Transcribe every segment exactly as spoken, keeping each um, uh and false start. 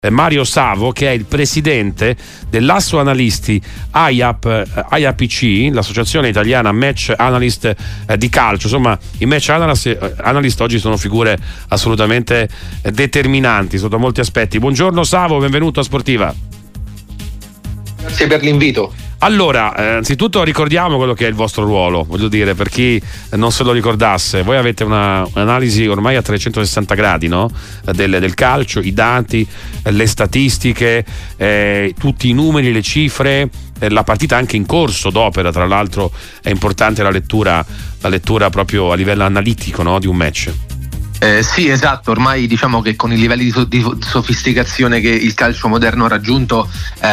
Mario Savo, che è il presidente dell'Asso Analisti A I A P, I A P C, l'associazione italiana Match Analyst eh, di calcio. Insomma, i Match Analyst, eh, analyst oggi sono figure assolutamente eh, determinanti sotto molti aspetti. Buongiorno Savo, benvenuto a Sportiva. Grazie per l'invito. Allora, eh, anzitutto ricordiamo quello che è il vostro ruolo, voglio dire, per chi non se lo ricordasse. Voi avete una, un'analisi ormai a trecentosessanta gradi, no? Del, del calcio, i dati, le statistiche, eh, tutti i numeri, le cifre, eh, la partita anche in corso d'opera. Tra l'altro è importante la lettura, la lettura proprio a livello analitico, no? Di un match. Eh, sì, esatto, ormai diciamo che con i livelli di, so- di sofisticazione che il calcio moderno ha raggiunto,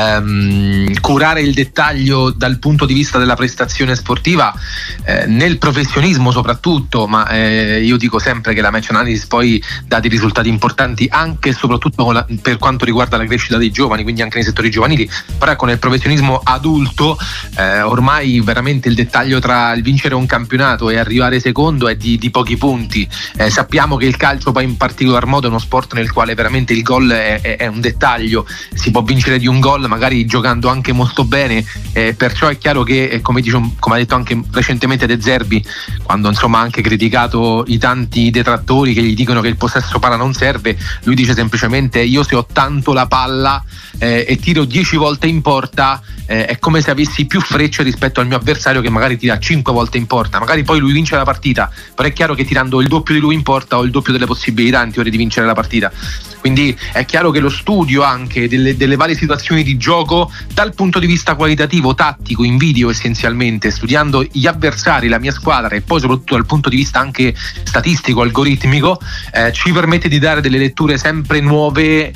ehm, curare il dettaglio dal punto di vista della prestazione sportiva, eh, nel professionismo soprattutto, ma eh, io dico sempre che la match analysis poi dà dei risultati importanti anche e soprattutto con la, per quanto riguarda la crescita dei giovani, quindi anche nei settori giovanili, però con il professionismo adulto eh, ormai veramente il dettaglio tra il vincere un campionato e arrivare secondo è di, di pochi punti. Eh, sappiamo che il calcio poi in particolar modo è uno sport nel quale veramente il gol è, è, è un dettaglio, si può vincere di un gol magari giocando anche molto bene, eh, perciò è chiaro che eh, come, dice, come ha detto anche recentemente De Zerbi, quando insomma ha anche criticato i tanti detrattori che gli dicono che il possesso palla non serve, lui dice semplicemente: io se ho tanto la palla eh, e tiro dieci volte in porta, eh, è come se avessi più frecce rispetto al mio avversario che magari tira cinque volte in porta, magari poi lui vince la partita, però è chiaro che tirando il doppio di lui in porta o il doppio delle possibilità in teoria di vincere la partita. Quindi è chiaro che lo studio anche delle, delle varie situazioni di gioco dal punto di vista qualitativo, tattico, in video essenzialmente, studiando gli avversari, la mia squadra e poi soprattutto dal punto di vista anche statistico, algoritmico, eh, ci permette di dare delle letture sempre nuove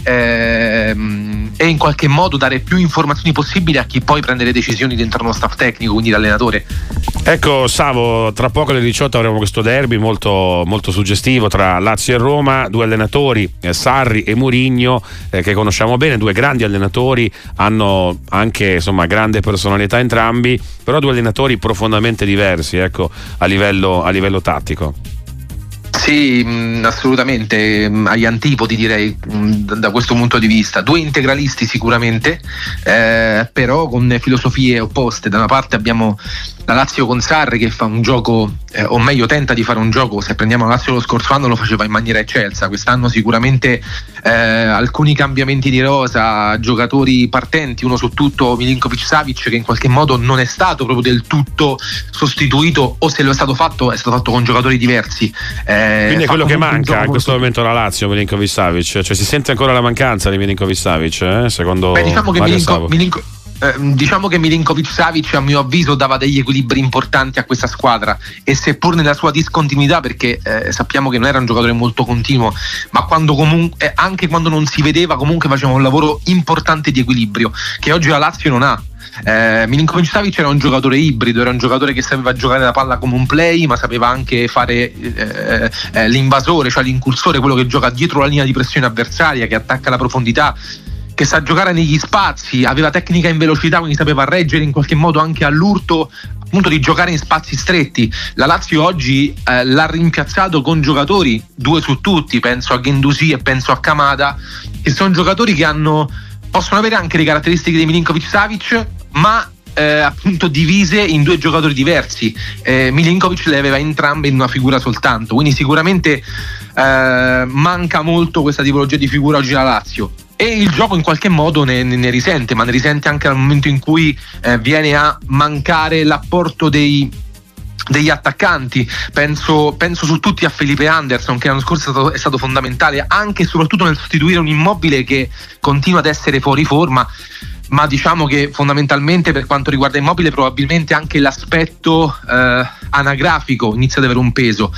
ehm, e in qualche modo dare più informazioni possibili a chi poi prende le decisioni dentro uno staff tecnico, quindi l'allenatore. Ecco Savo, tra poco alle diciotto avremo questo derby molto, molto suggestivo tra Lazio e Roma, due allenatori, eh, Sarri e Mourinho, eh, che conosciamo bene, due grandi allenatori, hanno anche insomma grande personalità entrambi, però due allenatori profondamente diversi, ecco, a livello, a livello tattico. Sì, mh, assolutamente, mh, agli antipodi direi, mh, da questo punto di vista. Due integralisti sicuramente, eh, però con filosofie opposte. Da una parte abbiamo la Lazio con Sarri che fa un gioco, eh, o meglio tenta di fare un gioco, se prendiamo la Lazio lo scorso anno lo faceva in maniera eccelsa, quest'anno sicuramente eh, alcuni cambiamenti di rosa, giocatori partenti, uno su tutto Milinkovic-Savic, che in qualche modo non è stato proprio del tutto sostituito, o se lo è stato fatto è stato fatto con giocatori diversi. Eh, Quindi è quello che manca in questo momento alla Lazio, Milinkovic-Savic, cioè si sente ancora la mancanza di Milinkovic-Savic, eh? Secondo Beh, diciamo che Mario Milinko, Savo. Milinko, eh, diciamo che Milinkovic-Savic a mio avviso dava degli equilibri importanti a questa squadra, e seppur nella sua discontinuità, perché eh, sappiamo che non era un giocatore molto continuo, ma quando comunque, eh, anche quando non si vedeva comunque faceva un lavoro importante di equilibrio che oggi la Lazio non ha. Eh, Milinkovic-Savic era un giocatore ibrido, era un giocatore che sapeva giocare la palla come un play, ma sapeva anche fare eh, eh, l'invasore, cioè l'incursore, quello che gioca dietro la linea di pressione avversaria, che attacca la profondità, che sa giocare negli spazi, aveva tecnica in velocità, quindi sapeva reggere in qualche modo anche all'urto appunto di giocare in spazi stretti. La Lazio oggi eh, l'ha rimpiazzato con giocatori, due su tutti, penso a Guendouzi e penso a Kamada, che sono giocatori che hanno possono avere anche le caratteristiche di Milinkovic-Savic, ma eh, appunto divise in due giocatori diversi. eh, Milinkovic le aveva entrambe in una figura soltanto, quindi sicuramente eh, manca molto questa tipologia di figura oggi alla Lazio, e il gioco in qualche modo ne, ne risente, ma ne risente anche al momento in cui eh, viene a mancare l'apporto dei degli attaccanti. Penso, penso su tutti a Felipe Anderson, che l'anno scorso è stato, è stato fondamentale anche e soprattutto nel sostituire un Immobile che continua ad essere fuori forma, ma diciamo che fondamentalmente per quanto riguarda Immobile probabilmente anche l'aspetto eh, anagrafico inizia ad avere un peso,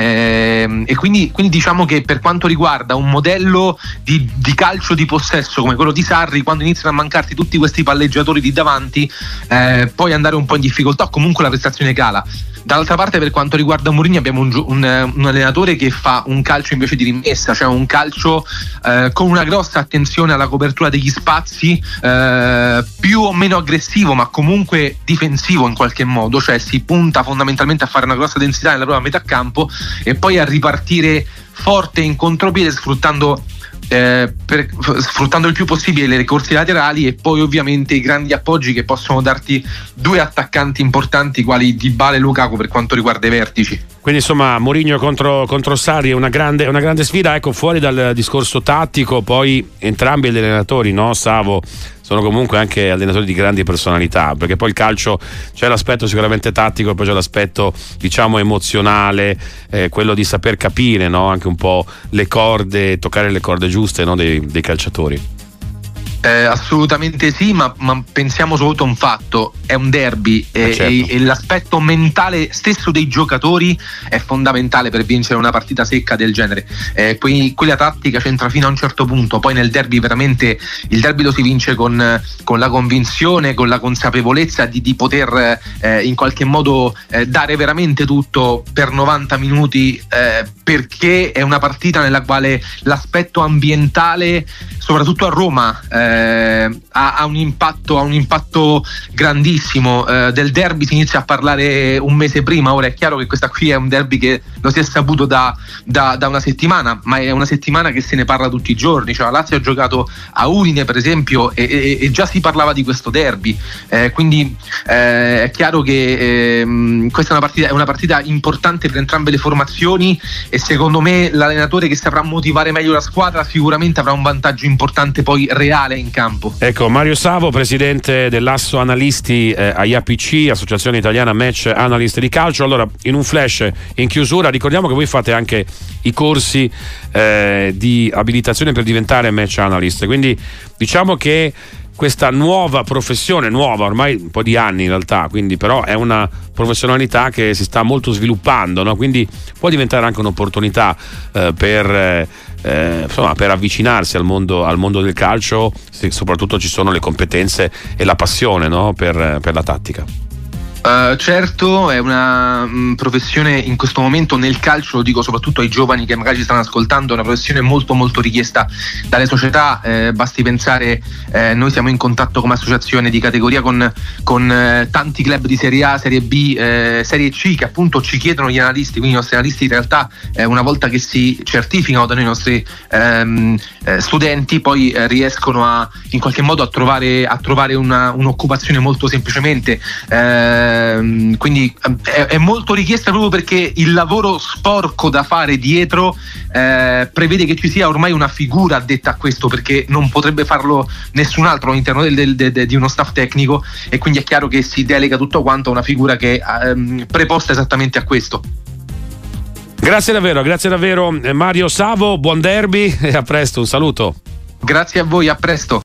eh, e quindi, quindi diciamo che per quanto riguarda un modello di, di calcio di possesso come quello di Sarri, quando iniziano a mancarti tutti questi palleggiatori di davanti, eh, puoi andare un po' in difficoltà, comunque la prestazione cala. Dall'altra parte, per quanto riguarda Mourinho, abbiamo un, un, un allenatore che fa un calcio invece di rimessa, cioè un calcio eh, con una grossa attenzione alla copertura degli spazi, eh, più o meno aggressivo ma comunque difensivo in qualche modo, cioè si punta fondamentalmente a fare una grossa densità nella propria metà campo e poi a ripartire forte in contropiede, sfruttando eh, per, sfruttando il più possibile le corsie laterali e poi ovviamente i grandi appoggi che possono darti due attaccanti importanti quali Dybala e Lukaku per quanto riguarda i vertici. Quindi insomma Mourinho contro, contro Sarri è una grande, una grande sfida. Ecco, fuori dal discorso tattico, poi entrambi gli allenatori, no, Savo, sono comunque anche allenatori di grandi personalità, perché poi il calcio c'è l'aspetto sicuramente tattico e poi c'è l'aspetto diciamo emozionale, eh, quello di saper capire, no, anche un po' le corde, toccare le corde giuste, no, dei, dei calciatori. Eh, assolutamente sì, ma, ma pensiamo soprattutto a un fatto: è un derby eh, e, certo. e, e l'aspetto mentale stesso dei giocatori è fondamentale per vincere una partita secca del genere. Eh, qui, qui la tattica c'entra fino a un certo punto, poi nel derby veramente il derby lo si vince con, con la convinzione, con la consapevolezza di, di poter eh, in qualche modo eh, dare veramente tutto per novanta minuti, eh, perché è una partita nella quale l'aspetto ambientale, soprattutto a Roma, eh, ha, ha un impatto ha un impatto grandissimo. Eh, del derby si inizia a parlare un mese prima. Ora è chiaro che questa qui è un derby che lo si è saputo da, da, da una settimana, ma è una settimana che se ne parla tutti i giorni. Cioè, la Lazio ha giocato a Udine per esempio e, e, e già si parlava di questo derby, eh, quindi eh, è chiaro che eh, questa è una partita, è una partita importante per entrambe le formazioni e secondo me l'allenatore che saprà motivare meglio la squadra sicuramente avrà un vantaggio importante poi reale in campo. Ecco, Mario Savo, presidente dell'Asso Analisti eh, A I A P C, Associazione Italiana Match Analyst di Calcio. Allora, in un flash in chiusura, ricordiamo che voi fate anche i corsi eh, di abilitazione per diventare match analyst, quindi diciamo che questa nuova professione, nuova ormai un po' di anni in realtà, quindi però è una professionalità che si sta molto sviluppando, no? Quindi può diventare anche un'opportunità eh, per, eh, insomma, per avvicinarsi al mondo, al mondo del calcio, se soprattutto ci sono le competenze e la passione, no? per, per la tattica. Uh, certo, è una mh, professione in questo momento nel calcio, lo dico soprattutto ai giovani che magari ci stanno ascoltando, è una professione molto molto richiesta dalle società. Eh, basti pensare, eh, noi siamo in contatto come associazione di categoria con, con eh, tanti club di Serie A, Serie B, eh, Serie C che appunto ci chiedono gli analisti, quindi i nostri analisti in realtà eh, una volta che si certificano da noi i nostri ehm, eh, studenti poi eh, riescono a in qualche modo a trovare, a trovare una, un'occupazione molto semplicemente. Eh, quindi è, è molto richiesta proprio perché il lavoro sporco da fare dietro eh, prevede che ci sia ormai una figura addetta a questo, perché non potrebbe farlo nessun altro all'interno del, del, del, di uno staff tecnico, e quindi è chiaro che si delega tutto quanto a una figura che è ehm, preposta esattamente a questo. Grazie davvero, grazie davvero Mario Savo, buon derby e a presto, un saluto. Grazie a voi, a presto.